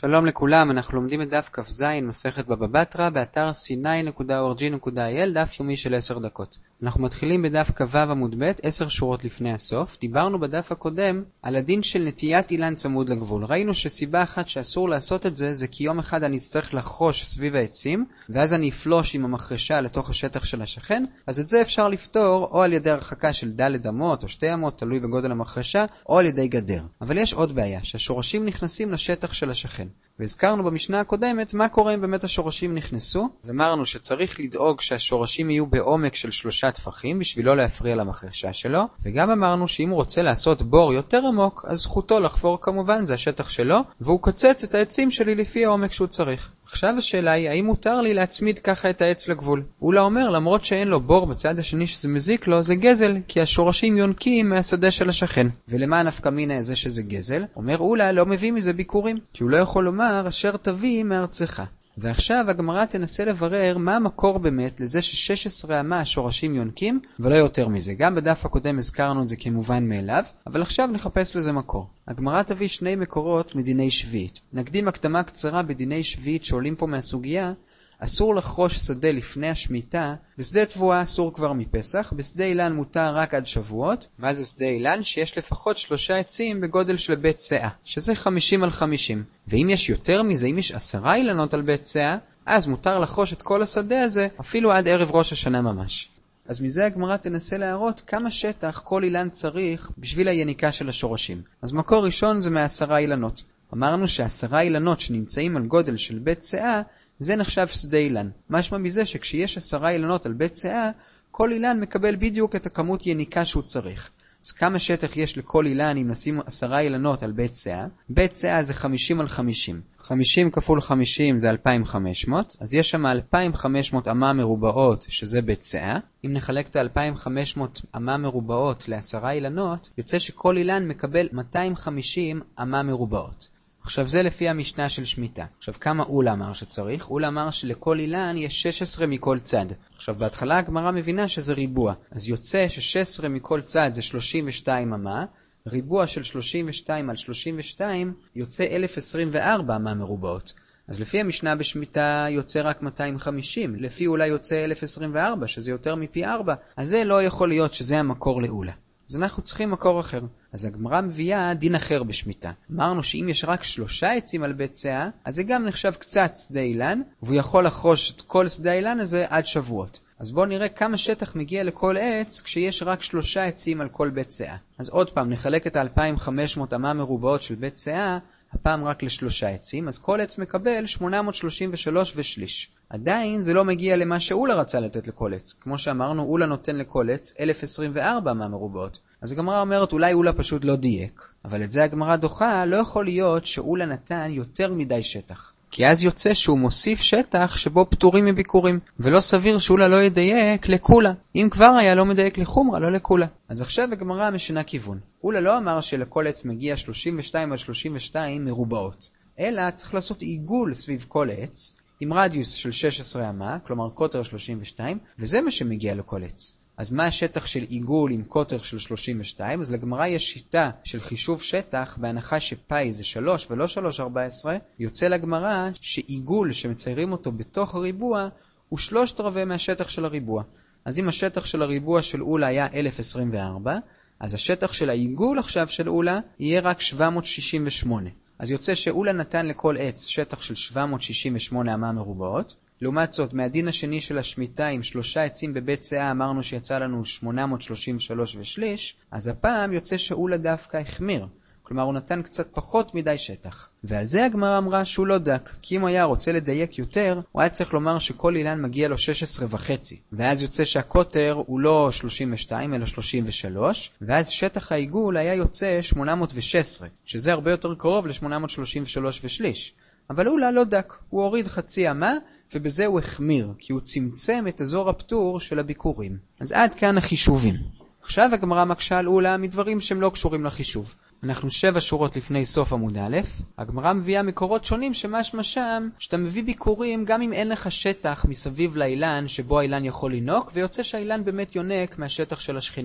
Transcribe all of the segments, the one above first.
שלום לכולם, אנחנו לומדים את דף כ"ז מסכת בבא בתרא באתר c9.org.il, דף יומי של 10 דקות. אנחנו מתחילים בדף כ"ו עמוד ב' 10 שורות לפני הסוף. דיברנו בדף הקודם על הדין של נטיית אילן צמוד לגבול. ראינו שסיבה אחת שאסור לעשות את זה כי יום אחד אני אצטרך לחרוש סביב העצים ואז אני אפלוש עם המחרשה לתוך השטח של השכן. אז את זה אפשר לפתור או על ידי הרחקה של ד' אמות או 2 אמות, תלוי בגודל המחרשה, או על ידי גדר. אבל יש עוד בעיה, שהשורשים נכנסים לשטח של השכן. והזכרנו במשנה הקודמת מה קורה אם באמת השורשים נכנסו. אמרנו שצריך לדאוג שהשורשים יהיו בעומק של 3 טפחים בשביל לא להפריע למחרשה שלו, וגם אמרנו שאם הוא רוצה לעשות בור יותר עמוק אז זכותו לחפור, כמובן זה השטח שלו, והוא קצץ את העצים שלי לפי העומק שהוא צריך. עכשיו השאלה היא, האם מותר לי להצמיד ככה את העץ לגבול? אולה אומר, למרות שאין לו בור בצד השני שזה מזיק לו, זה גזל, כי השורשים יונקים מהשדה של השכן. ולמה נפקא מינה זה שזה גזל? אומר אולה, לא מביא מזה ביקורים, כי הוא לא יכול לומר אשר תביא מארצך. ועכשיו הגמרא תנסה לברר מה המקור באמת לזה ש16 אמה השורשים יונקים, ולא יותר מזה. גם בדף הקודם הזכרנו את זה כמובן מאליו, אבל עכשיו נחפש לזה מקור. הגמרא תביא 2 מקורות מדיני שביעית. נקדים הקדמה קצרה בדיני שביעית שעולים פה מהסוגיה. אסור לחרוש שדה לפני השמיטה, בשדה תבואה אסור כבר מפסח, בשדה אילן מותר רק עד שבועות. מה זה שדה אילן? שיש לפחות 3 עצים בגודל של בית סאה, שזה 50 על 50. ואם יש יותר מזה, אם יש 10 אילנות על בית סאה, אז מותר לחרוש את כל השדה הזה, אפילו עד ערב ראש השנה ממש. אז מזה הגמרא תנסה להראות כמה שטח כל אילן צריך בשביל היניקה של השורשים. אז מקור ראשון זה מ10 אילנות. אמרנו ש10 אילנות שנמצאים על גודל של בית סאה, זה נחשב שדה אילן. משמע מזה שכשיש 10 אילנות על בית סאה, כל אילן מקבל בדיוק את הכמות יניקה שהוא צריך. אז כמה שטח יש לכל אילן אם נשים 10 אילנות על בית סאה? בית סאה זה 50 על 50. 50 כפול 50 זה 2500, אז יש שם 2500 אמה מרובעות שזה בית סאה. אם נחלק את 2500 אמה מרובעות ל10 אילנות, יוצא שכל אילן מקבל 250 אמה מרובעות. עכשיו זה לפי המשנה של שמיטה. עכשיו כמה אולה אמר שצריך? אולה אמר שלכל אילן יש 16 מכל צד. עכשיו בהתחלה הגמרא מבינה שזה ריבוע. אז יוצא ש16 מכל צד זה 32 אמה. ריבוע של 32 על 32 יוצא 1024 אמה מרובעות. אז לפי המשנה בשמיטה יוצא רק 250. לפי אולה יוצא 1024 שזה יותר מפי 4. אז זה לא יכול להיות שזה המקור לאולה. אז אנחנו צריכים מקור אחר. אז הגמרא מביאה דין אחר בשמיטה. אמרנו שאם יש רק 3 עצים על בית סאה, אז זה גם נחשב קצת שדה אילן, והוא יכול לחרוש את כל שדה האילן הזה עד שבועות. אז בואו נראה כמה שטח מגיע לכל עץ כשיש רק 3 עצים על כל בית סאה. אז עוד פעם נחלק את 2500 אמה מרובעות של בית סאה, הפעם רק ל3 עצים, אז כל עץ מקבל 833 ושליש. עדיין זה לא מגיע למה שאולה רצה לתת לכל עץ. כמו שאמרנו, אולה נותן לכל עץ 1024 אמה מרובעות. אז הגמרא אומרת, אולי אולה פשוט לא דייק. אבל את זה הגמרא דוחה, לא יכול להיות שאולה נתן יותר מדי שטח. כי אז יוצא שהוא מוסיף שטח שבו פטורים מביקורים, ולא סביר שאולה לא ידייק לכולה. אם כבר היה לא מדייק לחומרה, לא לכולה. אז עכשיו הגמרא משנה כיוון. אולה לא אמר שלכל עץ מגיע 32 על 32 מרובעות, אלא צריך לעשות עיגול סביב כל עץ, עם רדיוס של 16 אמה, כלומר קוטר 32, וזה מה שמגיע לכל עץ. אז מה השטח של עיגול עם קוטר של 32? אז לגמרא יש שיטה של חישוב שטח, בהנחה שפאי זה 3 ולא 3/14, יוצא לגמרא שעיגול שמציירים אותו בתוך הריבוע, הוא 3/4 מהשטח של הריבוע. אז אם השטח של הריבוע של אולה היה 1024, אז השטח של העיגול עכשיו של אולה יהיה רק 768. אז יוצא שאולה נתן לכל עץ שטח של 768 אמה מרובעות. לעומת זאת, מהדין השני של השמיטה עם 3 עצים בבית סאה אמרנו שיצא לנו 833 ושליש, אז הפעם יוצא שאולה דווקא החמיר. כלומר הוא נתן קצת פחות מדי שטח. ועל זה הגמרא אמרה שהוא לא דק, כי אם הוא היה רוצה לדייק יותר, הוא היה צריך לומר שכל אילן מגיע לו 16.5. ואז יוצא שהקוטר הוא לא 32 אלא 33, ואז שטח העיגול היה יוצא 816, שזה הרבה יותר קרוב ל-833 ושליש. אבל אולה לא דק, הוא הוריד 0.5 אמה, ובזה הוא החמיר, כי הוא צמצם את אזור הפטור של הביקורים. אז עד כאן החישובים. עכשיו הגמרא מקשה על אולה מדברים שהם לא קשורים לחישוב. אנחנו 7 שורות לפני סוף עמוד א', הגמרא מביאה מקורות שונים שמשמע שם שאתה מביא ביקורים גם אם אין לך שטח מסביב לאילן שבו האילן יכול לינוק, ויוצא שהאילן באמת יונק מהשטח של השכנים.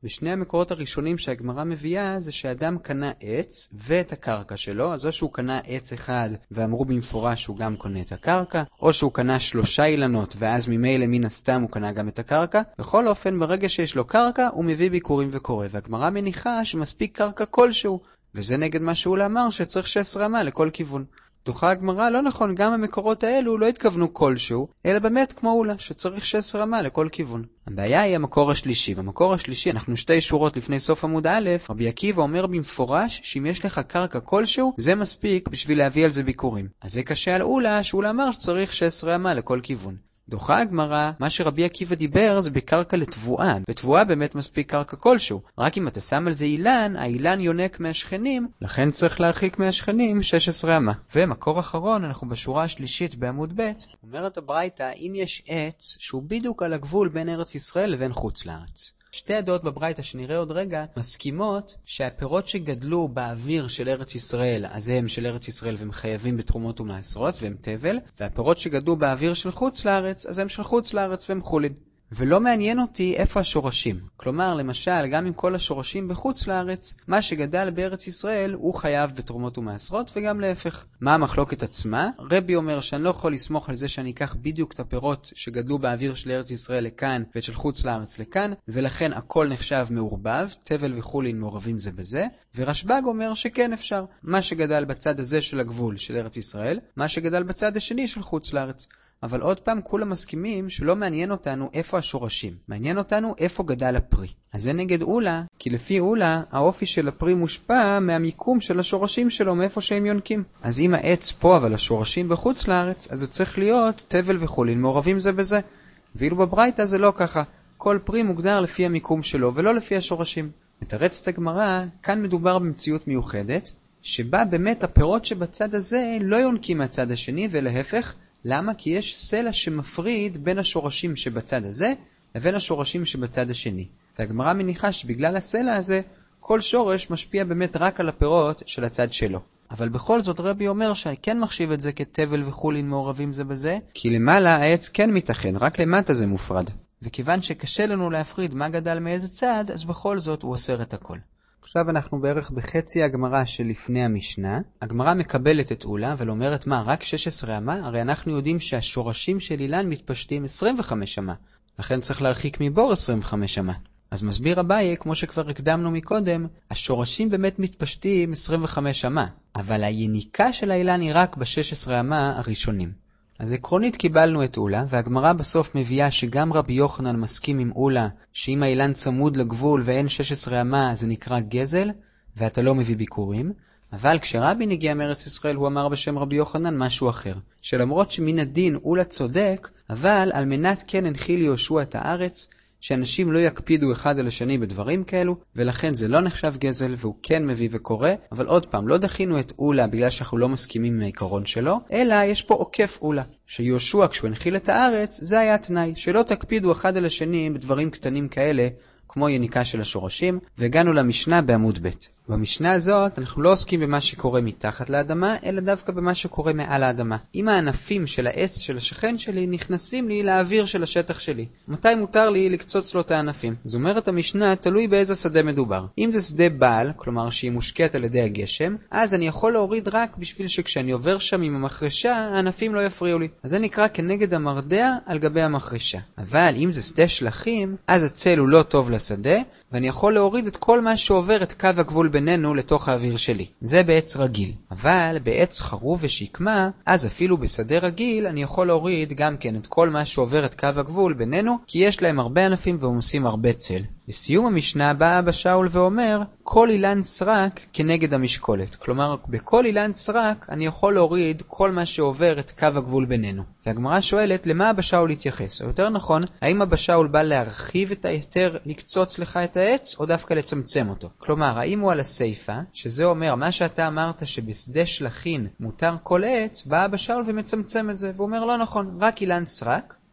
בשני המקורות הראשונים שהגמרא מביאה זה שאדם קנה עץ ואת הקרקע שלו, אז או שהוא קנה עץ אחד ואמרו במפורש שהוא גם קונה את הקרקע, או שהוא קנה 3 אילנות ואז ממילא מן הסתם הוא קנה גם את הקרקע. בכל אופן, ברגע שיש לו קרקע הוא מביא ביקורים וקורא, והגמרא מניחה שמספיק קרקע כלשהו, וזה נגד מה שאולה אמר שצריך 16 אמה לכל כיוון. דוחה הגמרא, לא נכון, גם המקורות האלו לא התכוונו כלשהו, אלא באמת כמו אולה, שצריך 16 אמה לכל כיוון. הבעיה היא המקור השלישי. במקור השלישי, אנחנו 2 שורות לפני סוף עמוד א', רבי עקיבא אומר במפורש שאם יש לך קרקע כלשהו, זה מספיק בשביל להביא על זה ביקורים. אז זה קשה על אולה, שאולה אמר שצריך 16 אמה לכל כיוון. דוחה הגמרא, מה שרבי עקיבא דיבר זה בקרקע לתבואה. בתבואה באמת מספיק קרקע כלשהו. רק אם אתה שם על זה אילן, האילן יונק מהשכנים, לכן צריך להרחיק מהשכנים 16 אמה. ומקור אחרון, אנחנו בשורה השלישית בעמוד ב', אומרת הברייתא, אם יש עץ שהוא בדיוק על הגבול בין ארץ ישראל לבין חוץ לארץ. שתי הדעות בברייתא שנראה עוד רגע מסכימות שהפירות שגדלו באוויר של ארץ ישראל, אז הם של ארץ ישראל והם חייבים בתרומות ומעשרות והם תבל, והפירות שגדלו באוויר של חוץ לארץ, אז הם של חוץ לארץ והם חולין. ולא מעניין אותי איפה השורשים. כלומר, למשל, גם עם כל השורשים בחוץ לארץ, מה שגדל בארץ ישראל הוא חייב בתרומות ומעשרות, וגם להפך. מה המחלוקת עצמה? רבי אומר שאני לא יכול לסמוך על זה שאני אקח בדיוק את הפירות שגדלו באוויר של ארץ ישראל לכאן, ואת של חוץ לארץ לכאן, ולכן הכל נחשב מעורבב, תבל וחולין מעורבים זה בזה, ורשב"ג אומר שכן אפשר. מה שגדל בצד הזה של הגבול של ארץ ישראל, מה שגדל בצד השני של חוץ לארץ. אבל עוד פעם כולם מסכימים שלא מעניין אותנו איפה השורשים, מעניין אותנו איפה גדל הפרי. אז זה נגד אולה, כי לפי אולה האופי של הפרי מושפע מהמיקום של השורשים שלו, מאיפה שהם יונקים. אז אם העץ פה אבל השורשים בחוץ לארץ, אז זה צריך להיות תבל וחולין מעורבים זה בזה. ואילו בברייתא זה לא ככה, כל פרי מוגדר לפי המיקום שלו ולא לפי השורשים. מתרצת הגמרא, כאן מדובר במציאות מיוחדת, שבה באמת הפירות שבצד הזה לא יונקים מהצד השני ולהפך. למה? כי יש סלע שמפריד בין השורשים שבצד הזה לבין השורשים שבצד השני. והגמרא מניחה שבגלל הסלע הזה, כל שורש משפיע באמת רק על הפירות של הצד שלו. אבל בכל זאת רבי אומר שכן מחשיב את זה כתבל וחולין מעורבים זה בזה, כי למעלה העץ כן מתאחד, רק למטה זה מופרד. וכיוון שקשה לנו להפריד מה גדל מאיזה צד, אז בכל זאת הוא אוסר את הכל. עכשיו אנחנו בערך בחצי הגמרא שלפני המשנה. הגמרא מקבלת את אולה, אבל אומרת מה, רק 16 אמה? הרי אנחנו יודעים שהשורשים של אילן מתפשטים 25 אמה. לכן צריך להרחיק מבור 25 אמה. אז מסביר אביי, כמו שכבר הקדמנו מקודם, השורשים באמת מתפשטים 25 אמה, אבל היניקה של האילן היא רק ב-16 אמה הראשונים. אז עקרונית קיבלנו את אולה, והגמרא בסוף מביאה שגם רבי יוחנן מסכים עם אולה, שאם האילן צמוד לגבול ואין 16 אמה זה נקרא גזל, ואתה לא מביא ביקורים. אבל כשרבין הגיע מארץ ישראל הוא אמר בשם רבי יוחנן משהו אחר, שלמרות שמן הדין אולה צודק, אבל על מנת כן הנחיל יהושע את הארץ, שאנשים לא יקפידו אחד על השני בדברים כאלו, ולכן זה לא נחשב גזל והוא כן מביא וקורא. אבל עוד פעם, לא דחינו את אולה בגלל שאנחנו לא מסכימים עם העיקרון שלו, אלא יש פה עוקף אולה, שיהושע כשהוא הנחיל את הארץ זה היה תנאי, שלא תקפידו אחד על השני בדברים קטנים כאלה, כמו יניקה של השורשים. והגענו למשנה בעמוד ב'. במשנה הזאת אנחנו לא עוסקים במה שקורה מתחת לאדמה, אלא דווקא במה שקורה מעל האדמה. אם הענפים של העץ של השכן שלי נכנסים לי לאוויר של השטח שלי, מתי מותר לי לקצוץ לו את הענפים? זאת אומרת המשנה תלוי באיזה שדה מדובר. אם זה שדה בעל, כלומר שהיא מושקעת על ידי הגשם, אז אני יכול להוריד רק בשביל שכשאני עובר שם עם המחרשה, הענפים לא יפריעו לי. אז זה נקרא כנגד המרדע על גבי המחרשה. אבל אם זה שדה שלחים, אז הצל הוא לא טוב לשדה, ואני יכול להוריד את כל מה שעובר את קו הגבול בינינו לתוך האוויר שלי. זה בעץ רגיל. אבל בעץ חרוב ושקמה, אז אפילו בשדה רגיל אני יכול להוריד גם כן את כל מה שעובר את קו הגבול בינינו, כי יש להם הרבה ענפים והם עושים הרבה צל. לסיום המשנה בא אבא שאול ואומר, כל אילן סרק כנגד המשקולת. כלומר, בכל אילן סרק אני יכול להוריד כל מה שעובר את קו הגבול בינינו. והגמרא שואלת, למה אבא שאול התייחס? או יותר נכון, האם אבא שאול בא להרחיב את היתר לקצוץ לך את העץ, או דווקא לצמצם אותו? כלומר, האם הוא על הסייפה, שזה אומר, מה שאתה אמרת שבשדה שלחין מותר כל עץ, בא אבא שאול ומצמצם את זה, ואומר לא נכון, רק אילן סרק,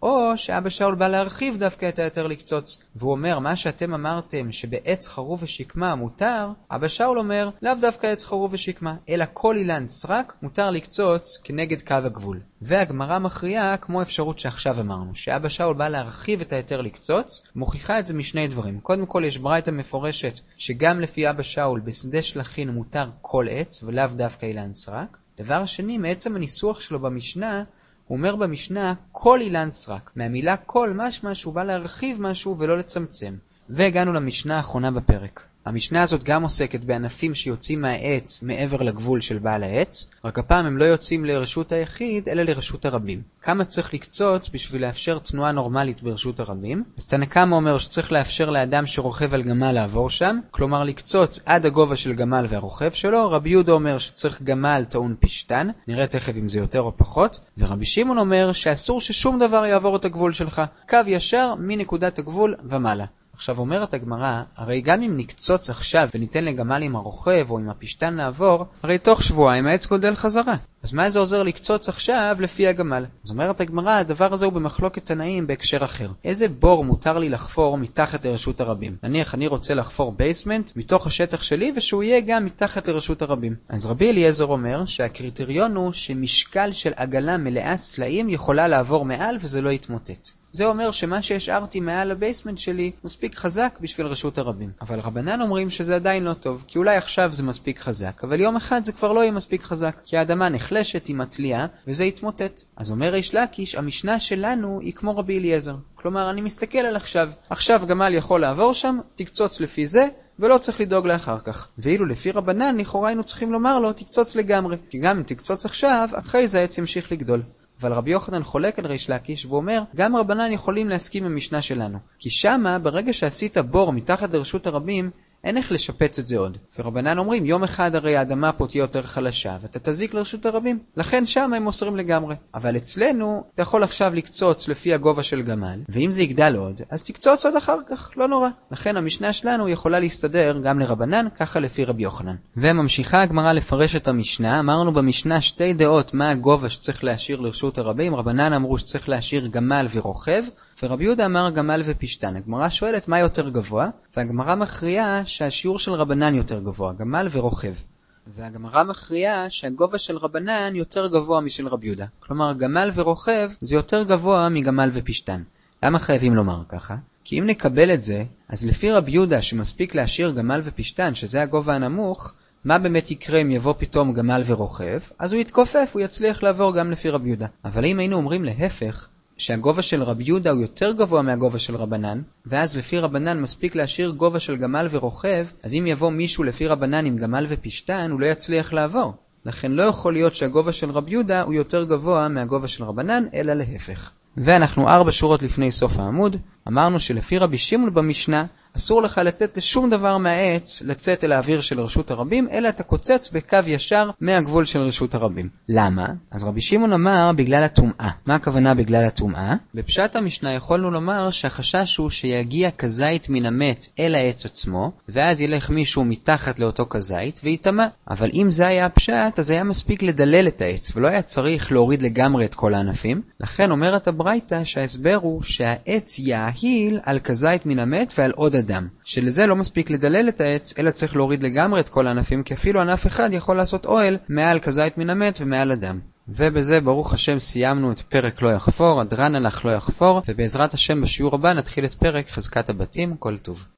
או שאבא שאול בא להרחיב דווקא את ההיתר לקצוץ, והוא אומר מה שאתם אמרתם שבעץ חרוב ושקמה מותר, אבא שאול אומר לאו דווקא עץ חרוב ושקמה, אלא כל אילן סרק מותר לקצוץ כנגד קו הגבול. והגמרא מכריעה כמו אפשרות שעכשיו אמרנו, שאבא שאול בא להרחיב את ההיתר לקצוץ, מוכיחה את זה משני דברים. קודם כל יש ברייתא מפורשת שגם לפי אבא שאול בשדה שלחין מותר כל עץ ולאו דווקא אילן סרק. דבר שני, מעצם הניסוח שלו במשנה, הוא אומר במשנה כל אילן סרק. מהמילה כל משמע שהוא בא להרחיב משהו ולא לצמצם. והגענו למשנה האחרונה בפרק. המשנה הזאת גם עוסקת בענפים שיוצאים מהעץ מעבר לגבול של בעל העץ, רק הפעם הם לא יוצאים לרשות היחיד אלא לרשות הרבים. כמה צריך לקצוץ בשביל לאפשר תנועה נורמלית ברשות הרבים? אז תנא קמא אומר שצריך לאפשר לאדם שרוכב על גמל לעבור שם, כלומר לקצוץ עד הגובה של גמל והרוכב שלו. רבי יהודה אומר שצריך גמל טעון פשתן, נראה תכף אם זה יותר או פחות, ורבי שמעון אומר שאסור ששום דבר יעבור את הגבול שלך, קו ישר מנקודת הגבול ומעלה. עכשיו אומרת הגמרא, הרי גם אם נקצוץ עכשיו וניתן לגמל עם הרוכב או עם הפשתן לעבור, הרי תוך שבועיים העץ גודל חזרה. אז מה זה עוזר לקצוץ עכשיו לפי הגמל? אז אומרת הגמרא, הדבר הזה הוא במחלוקת תנאים בהקשר אחר. איזה בור מותר לי לחפור מתחת לרשות הרבים? נניח אני רוצה לחפור בייסמנט מתוך השטח שלי ושהוא יהיה גם מתחת לרשות הרבים. אז רבי אליעזר אומר שהקריטריון הוא שמשקל של עגלה מלאה סלעים יכולה לעבור מעל וזה לא יתמוטט. זה אומר שמה שהשארתי מעל הבייסמנט שלי מספיק חזק בשביל רשות הרבים. אבל רבנן אומרים שזה עדיין לא טוב, כי אולי עכשיו זה מספיק חזק, אבל יום אחד זה כבר לא יהיה מספיק חזק, כי האדמה נחלשת עם התלייה וזה יתמוטט. אז אומר ריש לקיש, המשנה שלנו היא כמו רבי אליעזר. כלומר, אני מסתכל על עכשיו גמל יכול לעבור שם, תקצוץ לפי זה, ולא צריך לדאוג לאחר כך. ואילו לפי רבנן, לכאורה היינו צריכים לומר לו, תקצוץ לגמרי. כי גם אם תקצוץ עכשיו, אחרי זה העץ ימשיך לגדול. אבל רבי יוחנן חולק על ריש לקיש ואומר, גם רבנן יכולים להסכים עם המשנה שלנו. כי שמה, ברגע שעשית בור מתחת לרשות הרבים, אין איך לשפץ את זה עוד. ורבנן אומרים, יום אחד הרי האדמה פה תהיה יותר חלשה, ואתה תזיק לרשות הרבים. לכן שם הם מוסרים לגמרי. אבל אצלנו, אתה יכול עכשיו לקצוץ לפי הגובה של גמל, ואם זה יגדל עוד, אז תקצוץ עוד אחר כך, לא נורא. לכן המשנה שלנו יכולה להסתדר גם לרבנן, ככה לפי רבי יוחנן. וממשיכה הגמרא לפרש את המשנה. אמרנו במשנה שתי דעות מה הגובה שצריך להשאיר לרשות הרבים. רבנן אמרו שצריך להשאיר גמל ורוכב, ורבי יהודה אמר גמל ופשתן. הגמרא שואלת מה יותר גבוה, והגמרא מכריעה שהשיעור של רבנן יותר גבוה, גמל ורוכב. והגמרא מכריעה שהגובה של רבנן יותר גבוה משל רבי יהודה. כלומר, גמל ורוכב זה יותר גבוה מגמל ופשתן. למה חייבים לומר ככה? כי אם נקבל את זה, אז לפי רבי יהודה שמספיק להשאיר גמל ופשתן, שזה הגובה הנמוך, מה באמת יקרה אם יבוא פתאום גמל ורוכב? אז הוא יתכופף, הוא יצליח לעבור גם לפי רבי יהודה. אבל אם היינו אומרים להפך, שהגובה של רבי יהודה הוא יותר גבוה מהגובה של רבנן, ואז לפי רבנן מספיק להשאיר גובה של גמל ורוכב, אז אם יבוא מישהו לפי רבנן עם גמל ופשתן, הוא לא יצליח לעבור. לכן לא יכול להיות שהגובה של רבי יהודה הוא יותר גבוה מהגובה של רבנן, אלא להפך. ואנחנו 4 שורות לפני סוף העמוד, אמרנו שלפי רבי שמעון במשנה, אסור לך לתת לשום דבר מהעץ לצאת אל האוויר של רשות הרבים, אלא אתה קוצץ בקו ישר מהגבול של רשות הרבים. למה? אז רבי שמעון אמר בגלל הטומאה. מה הכוונה בגלל הטומאה? בפשט המשנה יכולנו לומר שהחשש הוא שיגיע כזית מן המת אל העץ עצמו, ואז ילך מישהו מתחת לאותו כזית ויטמא. אבל אם זה היה הפשט, אז היה מספיק לדלל את העץ, ולא היה צריך להוריד לגמרי את כל הענפים. לכן אומרת הברייתא שההסבר הוא שהעץ יאהיל על כזית מן המת ועל עוד אדם. שלזה לא מספיק לדלל את העץ, אלא צריך להוריד לגמרי את כל הענפים, כי אפילו ענף אחד יכול לעשות אוהל מעל כזית מן המת ומעל אדם. ובזה ברוך השם סיימנו את פרק לא יחפור, הדרן הלך לא יחפור, ובעזרת השם בשיעור הבא נתחיל את פרק חזקת הבתים. כל טוב.